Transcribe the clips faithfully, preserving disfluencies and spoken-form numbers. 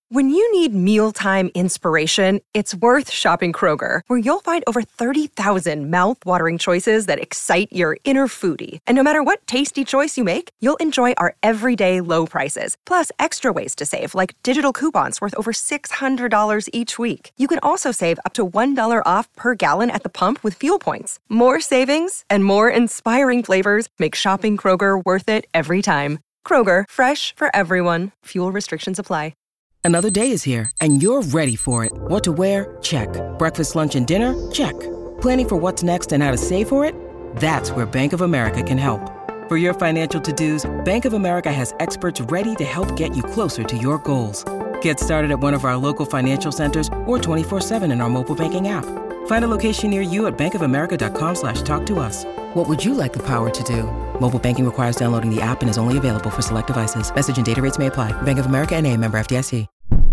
When you need mealtime inspiration, it's worth shopping Kroger, where you'll find over thirty thousand mouth-watering choices that excite your inner foodie. And no matter what tasty choice you make, you'll enjoy our everyday low prices, plus extra ways to save, like digital coupons worth over six hundred dollars each week. You can also save up to one dollar off per gallon at the pump with fuel points. More savings and more inspiring flavors make shopping Kroger worth it every time. Kroger, fresh for everyone. Fuel restrictions apply. Another day is here, and you're ready for it. What to wear? Check. Breakfast, lunch, and dinner? Check. Planning for what's next and how to save for it? That's where Bank of America can help. For your financial to-dos, Bank of America has experts ready to help get you closer to your goals. Get started at one of our local financial centers or twenty-four seven in our mobile banking app. Find a location near you at bankofamerica.com slash talk to us. What would you like the power to do? Mobile banking requires downloading the app and is only available for select devices. Message and data rates may apply. Bank of America N A, member F D I C.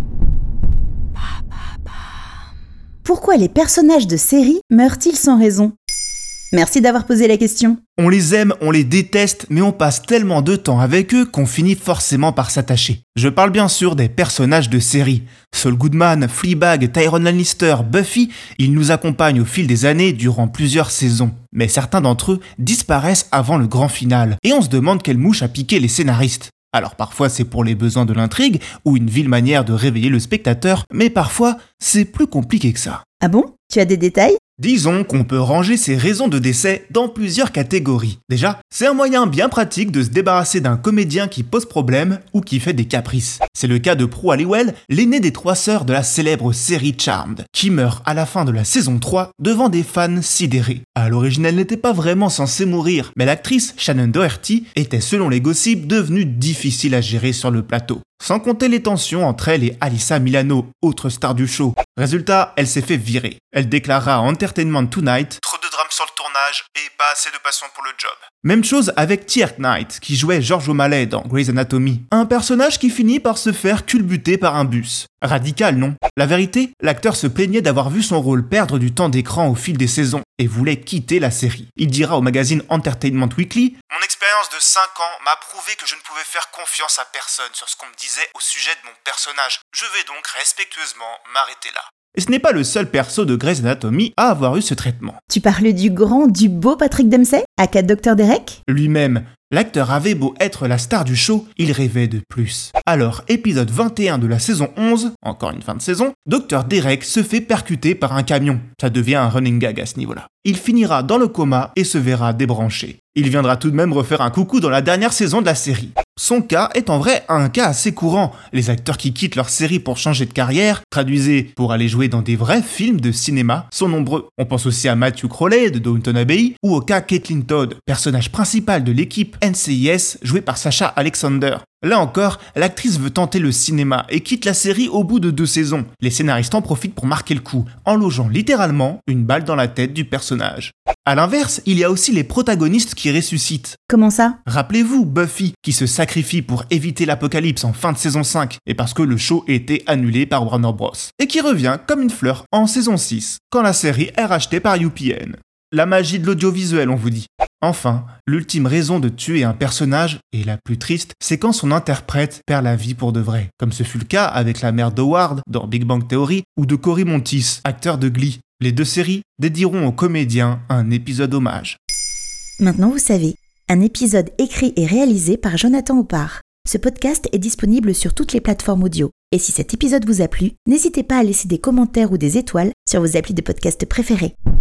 Pourquoi les personnages de séries meurent-ils sans raison ? Merci d'avoir posé la question. On les aime, on les déteste, mais on passe tellement de temps avec eux qu'on finit forcément par s'attacher. Je parle bien sûr des personnages de séries. Saul Goodman, Fleabag, Tyrion Lannister, Buffy, ils nous accompagnent au fil des années durant plusieurs saisons. Mais certains d'entre eux disparaissent avant le grand final, et on se demande quelle mouche a piqué les scénaristes. Alors parfois c'est pour les besoins de l'intrigue ou une vile manière de réveiller le spectateur, mais parfois c'est plus compliqué que ça. Ah bon ? Tu as des détails ? Disons qu'on peut ranger ces raisons de décès dans plusieurs catégories. Déjà, c'est un moyen bien pratique de se débarrasser d'un comédien qui pose problème ou qui fait des caprices. C'est le cas de Prue Halliwell, l'aînée des trois sœurs de la célèbre série Charmed, qui meurt à la fin de la saison trois devant des fans sidérés. À l'origine, elle n'était pas vraiment censée mourir, mais l'actrice Shannon Doherty était selon les gossips devenue difficile à gérer sur le plateau. Sans compter les tensions entre elle et Alyssa Milano, autre star du show. Résultat, elle s'est fait virer. Elle déclara à Entertainment Tonight « Trop de drame sur le tournage et pas assez de passion pour le job ». Même chose avec T. Knight, qui jouait George O'Malley dans Grey's Anatomy. Un personnage qui finit par se faire culbuter par un bus. Radical, non ? La vérité, l'acteur se plaignait d'avoir vu son rôle perdre du temps d'écran au fil des saisons et voulait quitter la série. Il dira au magazine Entertainment Weekly « Mon expérience de cinq ans m'a prouvé que je ne pouvais faire confiance à personne sur ce qu'on me disait au sujet de mon personnage. Je vais donc respectueusement m'arrêter là. » Et ce n'est pas le seul perso de Grey's Anatomy à avoir eu ce traitement. Tu parles du grand, du beau Patrick Dempsey, aka docteur Derek ? Lui-même. L'acteur avait beau être la star du show, il rêvait de plus. Alors, épisode vingt et un de la saison onze, encore une fin de saison, docteur Derek se fait percuter par un camion. Ça devient un running gag à ce niveau-là. Il finira dans le coma et se verra débranché. Il viendra tout de même refaire un coucou dans la dernière saison de la série. Son cas est en vrai un cas assez courant. Les acteurs qui quittent leur série pour changer de carrière, traduisez pour aller jouer dans des vrais films de cinéma, sont nombreux. On pense aussi à Matthew Crowley de Downton Abbey ou au cas Caitlin Todd, personnage principal de l'équipe N C I S joué par Sasha Alexander. Là encore, l'actrice veut tenter le cinéma et quitte la série au bout de deux saisons. Les scénaristes en profitent pour marquer le coup, en logeant littéralement une balle dans la tête du personnage. A l'inverse, il y a aussi les protagonistes qui ressuscitent. Comment ça ? Rappelez-vous Buffy, qui se sacrifie pour éviter l'apocalypse en fin de saison cinq, et parce que le show était annulé par Warner Bros. Et qui revient comme une fleur en saison six, quand la série est rachetée par U P N. La magie de l'audiovisuel, on vous dit. Enfin, l'ultime raison de tuer un personnage, et la plus triste, c'est quand son interprète perd la vie pour de vrai. Comme ce fut le cas avec la mère d'Howard dans Big Bang Theory, ou de Cory Monteith, acteur de Glee. Les deux séries dédieront aux comédiens un épisode hommage. Maintenant vous savez, un épisode écrit et réalisé par Jonathan Oppard. Ce podcast est disponible sur toutes les plateformes audio. Et si cet épisode vous a plu, n'hésitez pas à laisser des commentaires ou des étoiles sur vos applis de podcast préférés.